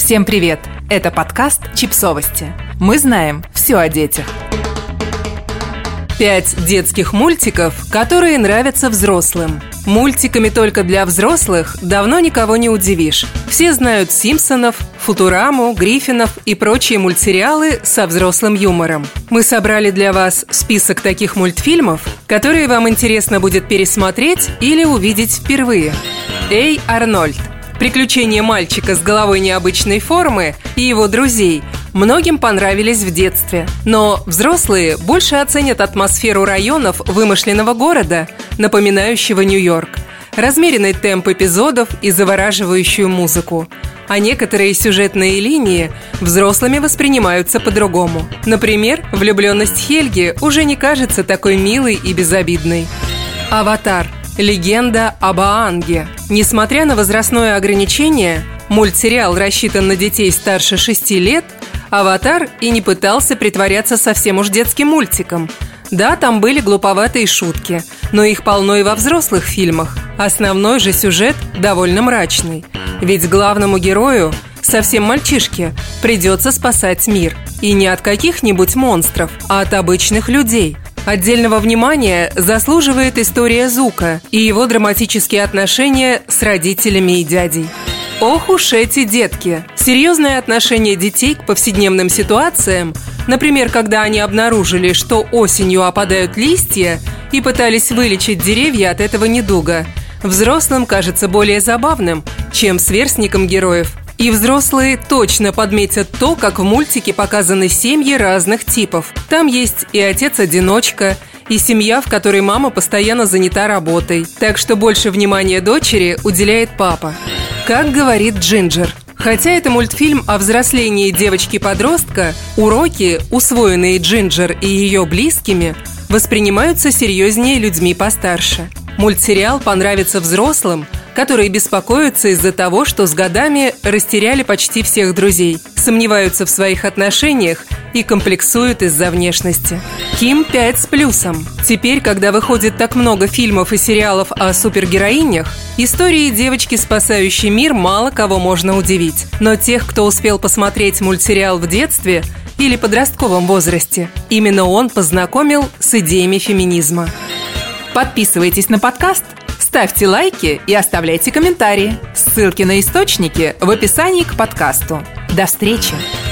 Всем привет! Это подкаст «Чипсовости». Мы знаем все о детях. 5 детских мультиков, которые нравятся взрослым. Мультиками только для взрослых давно никого не удивишь. Все знают «Симпсонов», «Футураму», «Гриффинов» и прочие мультсериалы со взрослым юмором. Мы собрали для вас список таких мультфильмов, которые вам интересно будет пересмотреть или увидеть впервые. «Эй, Арнольд!» Приключения мальчика с головой необычной формы и его друзей многим понравились в детстве. Но взрослые больше оценят атмосферу районов вымышленного города, напоминающего Нью-Йорк, размеренный темп эпизодов и завораживающую музыку. А некоторые сюжетные линии взрослыми воспринимаются по-другому. Например, влюбленность Хельги уже не кажется такой милой и безобидной. «Аватар. Легенда об Аанге». Несмотря на возрастное ограничение, мультсериал рассчитан на детей старше 6 лет, «Аватар» и не пытался притворяться совсем уж детским мультиком. Да, там были глуповатые шутки, но их полно и во взрослых фильмах. Основной же сюжет довольно мрачный. Ведь главному герою, совсем мальчишке, придется спасать мир. И не от каких-нибудь монстров, а от обычных людей. Отдельного внимания заслуживает история Зука и его драматические отношения с родителями и дядей. Ох уж эти детки! Серьезное отношение детей к повседневным ситуациям, например, когда они обнаружили, что осенью опадают листья и пытались вылечить деревья от этого недуга, взрослым кажется более забавным, чем сверстникам героев. И взрослые точно подметят то, как в мультике показаны семьи разных типов. Там есть и отец-одиночка, и семья, в которой мама постоянно занята работой. Так что больше внимания дочери уделяет папа. Как говорит Джинджер. Хотя это мультфильм о взрослении девочки-подростка, уроки, усвоенные Джинджер и ее близкими, воспринимаются серьезнее людьми постарше. Мультсериал понравится взрослым, которые беспокоятся из-за того, что с годами растеряли почти всех друзей, сомневаются в своих отношениях и комплексуют из-за внешности. Ким 5 с плюсом. Теперь, когда выходит так много фильмов и сериалов о супергероинях, истории девочки, спасающей мир, мало кого можно удивить. Но тех, кто успел посмотреть мультсериал в детстве или подростковом возрасте, именно он познакомил с идеями феминизма. Подписывайтесь на подкаст, ставьте лайки и оставляйте комментарии. Ссылки на источники в описании к подкасту. До встречи!